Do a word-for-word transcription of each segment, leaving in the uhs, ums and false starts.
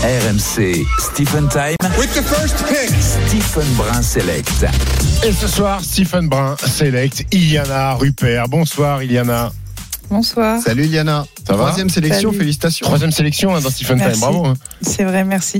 R M C Stephen Time. With the first pick. Stephen Brun Select. Et ce soir, Stephen Brun Select, Iliana Rupert. Bonsoir Iliana. Bonsoir. Salut Iliana. Ça va ? Troisième sélection, Salut. félicitations. Troisième sélection hein, dans Stephen Merci. Time, bravo. Hein. C'est vrai, merci.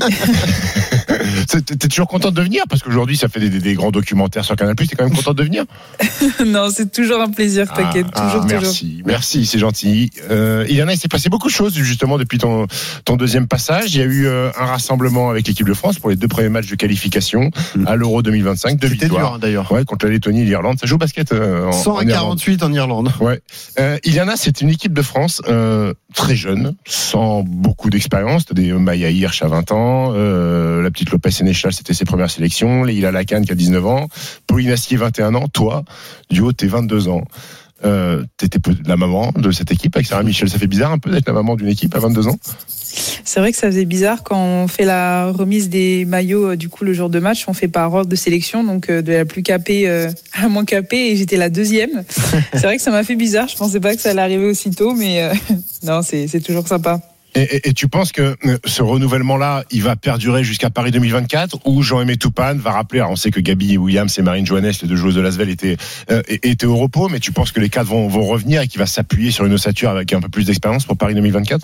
T'es toujours contente de venir parce qu'aujourd'hui ça fait des, des, des grands documentaires sur Canal+. T'es quand même contente de venir ? Non, c'est toujours un plaisir, t'inquiète, Ah, toujours, ah, toujours. merci, merci, c'est gentil. Euh, Iliana, il s'est passé beaucoup de choses justement depuis ton, ton deuxième passage. Il y a eu euh, un rassemblement avec l'équipe de France pour les deux premiers matchs de qualification mmh. à l'Euro deux mille vingt-cinq. Deux C'était victoires. dur hein, d'ailleurs. Ouais, contre la Lettonie et l'Irlande. Ça joue au basket euh, en, cent quarante-huit en Irlande. En Irlande. Ouais. Euh, Iliana, c'est une équipe de France euh, très jeune, sans beaucoup d'expérience. T'as des Maya Hirsch à vingt ans, euh, la petite Lopez Sénéchal, c'était ses premières sélections. Leïla Lacan qui a dix-neuf ans, Pauline Astier vingt et un ans. Toi, du haut, t'es vingt-deux ans. Euh, t'étais la maman de cette équipe avec Sarah Michel. Ça fait bizarre un peu d'être la maman d'une équipe à vingt-deux ans. C'est vrai que ça faisait bizarre quand on fait la remise des maillots du coup le jour de match, on fait par ordre de sélection, donc de la plus capée euh, à la moins capée, et j'étais la deuxième. C'est vrai que ça m'a fait bizarre, je pensais pas que ça allait arriver aussitôt, mais euh, non, c'est, c'est toujours sympa. Et, et, et tu penses que ce renouvellement-là, il va perdurer jusqu'à Paris deux mille vingt-quatre, où Jean-Aimé Toupane va rappeler, alors on sait que Gabi Williams et Marine Johannes, les deux joueuses de l'Asvel, étaient, euh, étaient au repos, mais tu penses que les cadres vont, vont revenir et qu'il va s'appuyer sur une ossature avec un peu plus d'expérience pour Paris deux mille vingt-quatre ?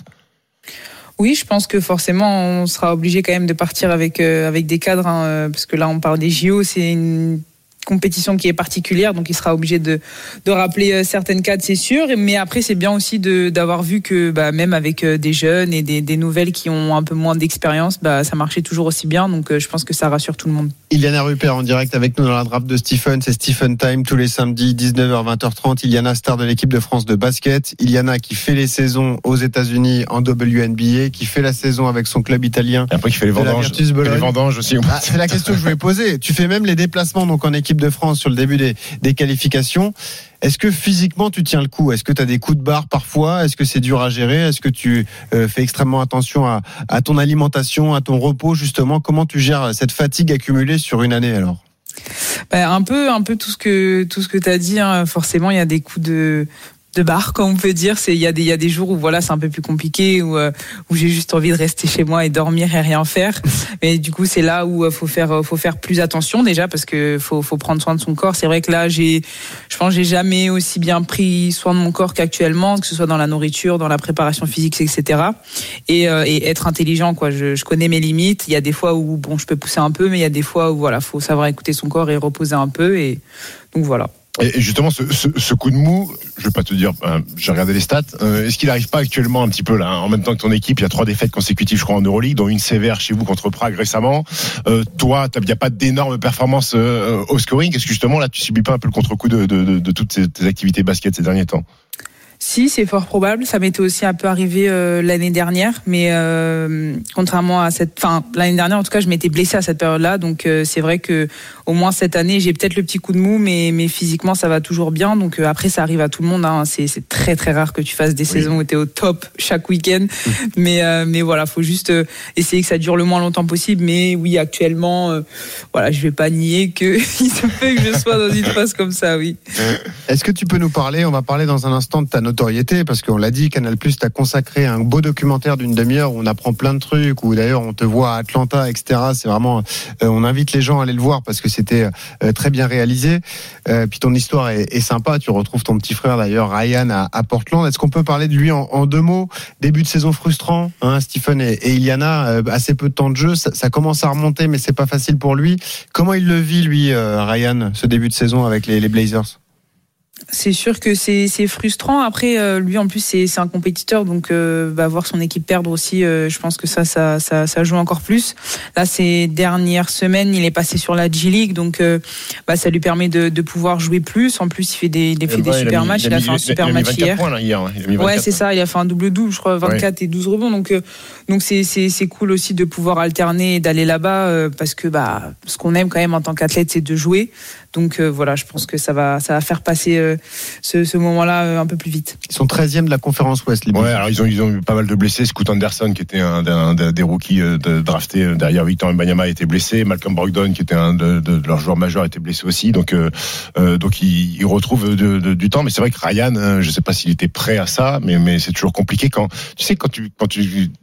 Oui, je pense que forcément, on sera obligé quand même de partir avec, euh, avec des cadres, hein, parce que là, on parle des J O, c'est une compétition qui est particulière, donc il sera obligé de, de rappeler certaines cadres, c'est sûr. Mais après, c'est bien aussi de, d'avoir vu que bah, même avec des jeunes et des, des nouvelles qui ont un peu moins d'expérience, bah, ça marchait toujours aussi bien. Donc je pense que ça rassure tout le monde. Iliana Rupert en direct avec nous dans la draft de Stephen. C'est Stephen Time tous les samedis, dix-neuf heures vingt heures trente. Iliana, star de l'équipe de France de basket. Iliana qui fait les saisons aux États-Unis en W N B A, qui fait la saison avec son club italien. Et après qui fait les vendanges, les vendanges aussi. Ah, c'est la question que je voulais poser. Tu fais même les déplacements donc en équipe de France sur le début des, des qualifications. Est-ce que physiquement tu tiens le coup ? Est-ce que tu as des coups de barre parfois ? Est-ce que c'est dur à gérer ? Est-ce que tu euh, fais extrêmement attention à, à ton alimentation, à ton repos justement ? Comment tu gères cette fatigue accumulée sur une année alors ? Bah, un peu, un peu tout ce que tout ce que tu as dit. Hein. Forcément, il y a des coups de de barre, comme on peut dire. C'est il y a des il y a des jours où voilà, c'est un peu plus compliqué, où euh, où j'ai juste envie de rester chez moi et dormir et rien faire. Mais du coup, c'est là où euh, faut faire faut faire plus attention déjà, parce que faut faut prendre soin de son corps. C'est vrai que là, j'ai je pense j'ai jamais aussi bien pris soin de mon corps qu'actuellement, que ce soit dans la nourriture, dans la préparation physique, et cetera. Et euh, et être intelligent, quoi. Je je connais mes limites. Il y a des fois où bon, je peux pousser un peu, mais il y a des fois où voilà, faut savoir écouter son corps et reposer un peu. Et donc voilà. Et justement, ce, ce, ce coup de mou, je vais pas te dire, euh, j'ai regardé les stats, euh, est-ce qu'il n'arrive pas actuellement un petit peu là, hein, en même temps que ton équipe, il y a trois défaites consécutives, je crois, en Euroleague, dont une sévère chez vous contre Prague récemment. Euh, toi, il n'y a pas d'énormes performances euh, au scoring. Est-ce que justement là, tu subis pas un peu le contre-coup de, de, de, de toutes tes activités basket ces derniers temps ? Si, c'est fort probable. Ça m'était aussi un peu arrivé euh, l'année dernière, mais euh, contrairement à cette, enfin l'année dernière en tout cas, je m'étais blessée à cette période-là, donc euh, c'est vrai que au moins cette année, j'ai peut-être le petit coup de mou, mais mais physiquement ça va toujours bien. Donc euh, après, ça arrive à tout le monde. Hein. C'est c'est très très rare que tu fasses des oui. saisons où t'es au top chaque week-end, mmh. mais euh, mais voilà, faut juste euh, essayer que ça dure le moins longtemps possible. Mais oui, actuellement, euh, voilà, je vais pas nier que il se peut que je sois dans une phase comme ça, oui. Est-ce que tu peux nous parler ? On va parler dans un instant de ta notoriété, parce qu'on l'a dit, Canal+ t'a consacré un beau documentaire d'une demi-heure où on apprend plein de trucs, où d'ailleurs on te voit à Atlanta, et cetera. C'est vraiment, euh, on invite les gens à aller le voir parce que c'était euh, très bien réalisé. Euh, puis ton histoire est, est sympa. Tu retrouves ton petit frère d'ailleurs, Ryan, à, à Portland. Est-ce qu'on peut parler de lui en, en deux mots ? Début de saison frustrant, hein, Stephen et, et Iliana, euh, assez peu de temps de jeu. Ça, ça commence à remonter, mais c'est pas facile pour lui. Comment il le vit lui, euh, Ryan, ce début de saison avec les, les Blazers ? C'est sûr que c'est c'est frustrant. Après, euh, lui en plus c'est c'est un compétiteur, donc euh, bah, voir son équipe perdre aussi, euh, je pense que ça ça ça ça joue encore plus. Là, ces dernières semaines, il est passé sur la G League, donc euh, bah ça lui permet de de pouvoir jouer plus. En plus, il fait des il fait des super matchs. Il a fait un super match hier. Points, là, hier hein. Ouais, c'est ça. Il a fait un double double, je crois, vingt-quatre ouais. et douze rebonds. Donc euh, donc c'est c'est c'est cool aussi de pouvoir alterner et d'aller là-bas, euh, parce que bah ce qu'on aime quand même en tant qu'athlète, c'est de jouer. Donc euh, voilà, je pense que ça va ça va faire passer euh, ce, ce moment-là euh, un peu plus vite. Ils sont treizième de la conférence Ouest. Les ouais, alors ils ont ils ont eu pas mal de blessés. Scoot Anderson, qui était un, un, un des rookies de, draftés derrière Victor Wembanyama, était blessé. Malcolm Brogdon, qui était un de, de, de leurs joueurs majeurs, était blessé aussi. Donc euh, euh, donc ils, ils retrouvent de, de, du temps. Mais c'est vrai que Ryan, euh, je sais pas s'il était prêt à ça, mais mais c'est toujours compliqué quand tu sais quand tu quand tu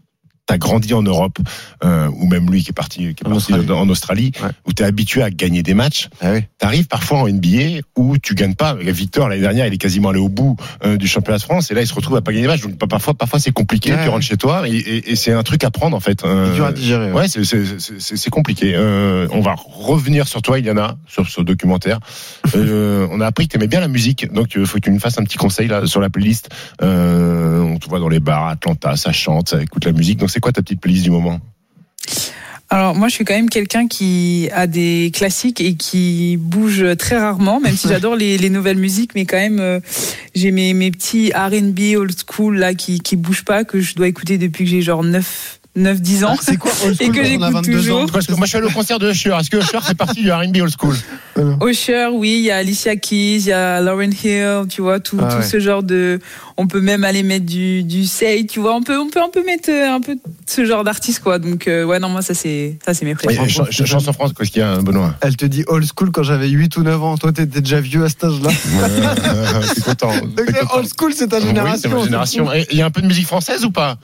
t'as grandi en Europe, euh, ou même lui qui est parti, qui est en, parti Australie. en Australie, Ouais. où t'es habitué à gagner des matchs. Ah oui. T'arrives parfois en N B A où tu gagnes pas. Victor, l'année dernière, il est quasiment allé au bout euh, du championnat de France, et là, il se retrouve à pas gagner des matchs. Donc parfois, parfois c'est compliqué. Ouais. Tu rentres chez toi, et, et, et c'est un truc à prendre en fait. Euh, C'est dur à digérer. Ouais, c'est, c'est, c'est, c'est compliqué. Euh, on va revenir sur toi, Iliana, sur ce documentaire. Euh, on a appris que t'aimais bien la musique, donc il faut que tu nous fasses un petit conseil là sur la playlist. Euh, on te voit dans les bars à Atlanta, ça chante, ça écoute la musique. Donc c'est quoi ta petite playlist du moment? Alors moi je suis quand même quelqu'un qui a des classiques et qui bouge très rarement, même si j'adore les, les nouvelles musiques, mais quand même euh, j'ai mes, mes petits R and B old school là qui, qui bougent pas, que je dois écouter depuis que j'ai genre neuf dix ans. Ah, c'est quoi old Et school que quand on a j'écoute vingt-deux toujours. ans? Parce que moi je suis allé au concert de Usher. Est-ce que Usher fait partie du R and B old school? Usher, oui, il y a Alicia Keys, il y a Lauryn Hill, tu vois, tout, Ah tout ouais. ce genre de. On peut même aller mettre du du Say, tu vois, on peut on peut un peu mettre euh, un peu ce genre d'artiste quoi. Donc euh, ouais non moi ça c'est ça c'est mes préférés. Oui, ch- ch- chanson France, qu'est-ce qu'il y a, Benoît? Elle te dit old school quand j'avais huit ou neuf ans. Toi, t'étais déjà vieux à cet âge-là. Euh, T'es content. Donc, T'es content. old school, c'est ta Oui, génération. c'est ma génération. Et il y a un peu de musique française ou pas?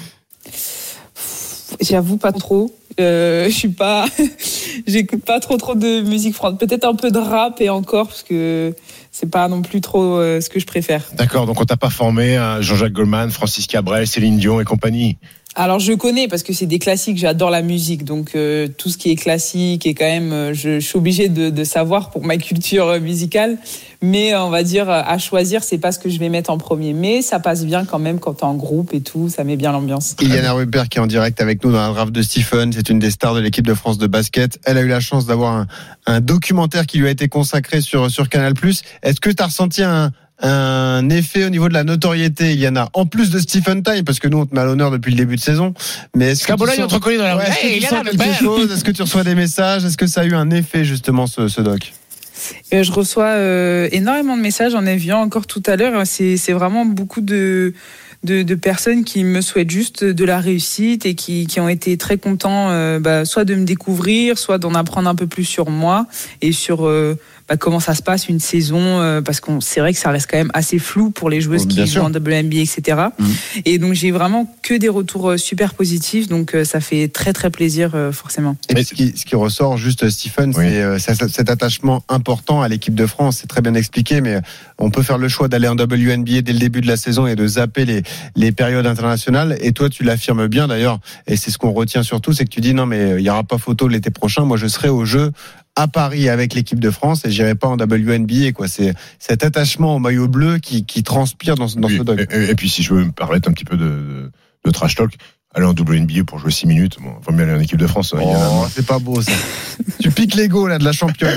J'avoue pas trop. Euh, je suis pas, j'écoute pas trop trop de musique française. Peut-être un peu de rap et encore parce que c'est pas non plus trop euh, ce que je préfère. D'accord, donc on t'a pas formé à Jean-Jacques Goldman, Francis Cabrel, Céline Dion et compagnie. Alors je connais parce que c'est des classiques. J'adore la musique, donc euh, tout ce qui est classique et quand même, euh, je, je suis obligée de, de savoir pour ma culture euh, musicale. Mais euh, on va dire à choisir, c'est pas ce que je vais mettre en premier. Mais ça passe bien quand même quand t'es en groupe et tout, ça met bien l'ambiance. Iliana Rupert qui est en direct avec nous dans la draft de Stephen. C'est une des stars de l'équipe de France de basket. Elle a eu la chance d'avoir un, un documentaire qui lui a été consacré sur, sur Canal+. Est-ce que tu as ressenti un, un effet au niveau de la notoriété, Iliana, en plus de Stephen Time, parce que nous on te met à l'honneur depuis le début de saison. Mais est-ce que Cabola, tu il sens- te reconnaît dans la rue. Ouais, est-ce que Hey, tu Iliana, sens le quelque père. chose? Est-ce que tu reçois des messages? Est-ce que ça a eu un effet justement ce, ce doc? Euh, je reçois euh, énormément de messages, j'en ai vu encore tout à l'heure. C'est, c'est vraiment beaucoup de, de, de personnes qui me souhaitent juste de la réussite et qui, qui ont été très contents, euh, bah, soit de me découvrir, soit d'en apprendre un peu plus sur moi et sur euh, bah, comment ça se passe une saison, euh, parce qu'on c'est vrai que ça reste quand même assez flou pour les joueuses Oh, qui bien jouent sûr. en W N B A, et cetera. Mmh. Et donc j'ai vraiment que des retours euh, super positifs, donc euh, ça fait très très plaisir euh, forcément. Et puis, ce, qui, ce qui ressort juste, Stephen, Oui. c'est euh, cet cet attachement important à l'équipe de France. C'est très bien expliqué, mais on peut faire le choix d'aller en W N B A dès le début de la saison et de zapper les, les périodes internationales. Et toi, tu l'affirmes bien d'ailleurs. Et c'est ce qu'on retient surtout, c'est que tu dis non, mais il n'y aura pas photo l'été prochain. Moi, je serai au jeu à Paris avec l'équipe de France et j'irai pas en W N B A, quoi. C'est cet attachement au maillot bleu qui, qui transpire dans, ce- dans Oui, ce doc. et, et- et puis si je veux me permettre un petit peu de, de, de trash talk, aller en W N B A pour jouer six minutes, bon, vaut mieux aller en équipe de France. hein, Iliana. Oh, c'est pas beau ça. Tu piques l'ego là de la championne.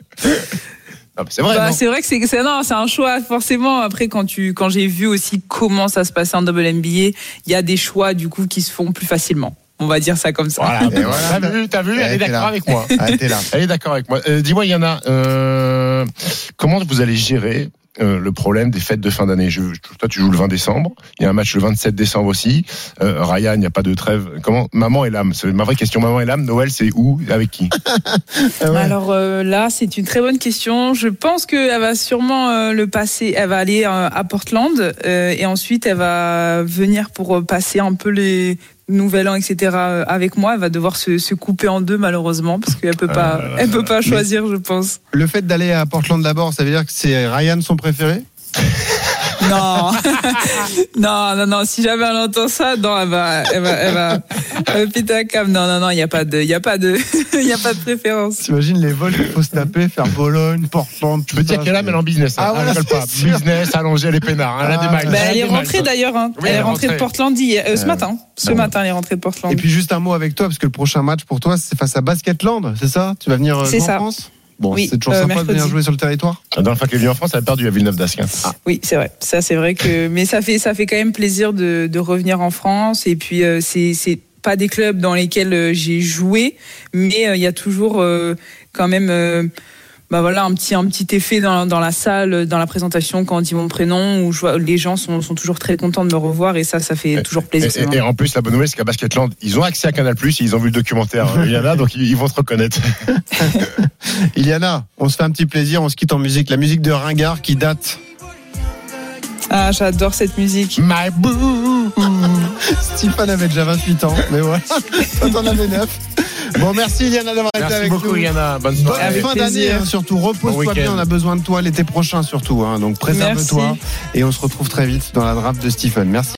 Ah, mais c'est vrai, Bah, non? c'est vrai que c'est, c'est non, c'est un choix forcément. Après, quand tu, quand j'ai vu aussi comment ça se passait en W N B A, il y a des choix du coup qui se font plus facilement. On va dire ça comme ça. Voilà, Et voilà. t'as vu, t'as vu, elle Eh, est t'es d'accord là. avec moi. Ah, t'es là. Elle est d'accord avec moi. Euh, dis-moi, Yana, euh, comment vous allez gérer euh, le problème des fêtes de fin d'année? je, Toi, tu joues le vingt décembre. Il y a un match le vingt-sept décembre aussi. Euh, Ryan, il n'y a pas de trêve. Comment? Maman et l'âme. C'est ma vraie question. Maman et l'âme. Noël, c'est où? Avec qui? Ah ouais. Alors euh, là, c'est une très bonne question. Je pense qu'elle va sûrement euh, le passer. Elle va aller euh, à Portland euh, et ensuite elle va venir pour euh, passer un peu les Nouvel An, et cetera. euh, avec moi. Elle va devoir se, se couper en deux malheureusement parce qu'elle peut pas, Euh, elle peut pas choisir, je pense. Le fait d'aller à Portland d'abord, ça veut dire que c'est Ryan son préféré? Non, non, non, non. Si jamais elle entend ça, non, elle va, elle va, elle va, elle va péter un câble. Non, non, non. Il y a pas de, il y a pas de, il y a pas de préférence. T'imagines les vols qu'il faut se taper, faire Bologne, Portland. Je peux dire qu'elle est en business. Ah, hein. voilà, Elle rigole pas. c'est sûr. Business, allonger les peinards. hein. Elle a Ah, des miles. Bah, a elle des est miles. rentrée d'ailleurs. Hein. Oui, elle est rentrée de Portland hier, euh, ce Euh, matin. Ce bon. matin, elle est rentrée de Portland. Et puis juste un mot avec toi, parce que le prochain match pour toi, c'est face à Basketland, c'est ça? Tu vas venir euh, C'est jouer en ça. France? Bon, Oui, c'est toujours euh, sympa de venir mercredi. jouer sur le territoire. La dernière fois qu'elle est venue en France, elle a perdu à Villeneuve-d'Ascq. hein. Oui, c'est vrai. Ça, c'est vrai que, mais ça fait, ça fait quand même plaisir de, de revenir en France. Et puis, euh, c'est, c'est pas des clubs dans lesquels euh, j'ai joué, mais euh, il y a toujours euh, quand même, euh, bah voilà, un petit, un petit effet dans, dans la salle, dans la présentation quand on dit mon prénom, où je vois, les gens sont, sont toujours très contents de me revoir et ça, ça fait toujours plaisir. c'est Et, et- vrai. et en plus, la bonne nouvelle, c'est qu'à Basketland, ils ont accès à Canal+, et ils ont vu le documentaire. Il y en a, donc ils, ils vont se reconnaître. Iliana, on se fait un petit plaisir, on se quitte en musique. La musique de Ringard qui date. Ah, j'adore cette musique. My boo. Stephen avait déjà vingt-huit ans, mais voilà, toi t'en avais neuf. Bon, merci Iliana d'avoir été Merci avec beaucoup, nous. Iliana. Bonne Bonne soirée. Avec fin plaisir. d'année, hein, surtout. Repose-toi Bon bien, week-end. on a besoin de toi l'été prochain, surtout. Hein, donc préserve-toi. Merci. Et on se retrouve très vite dans la draft de Stephen. Merci.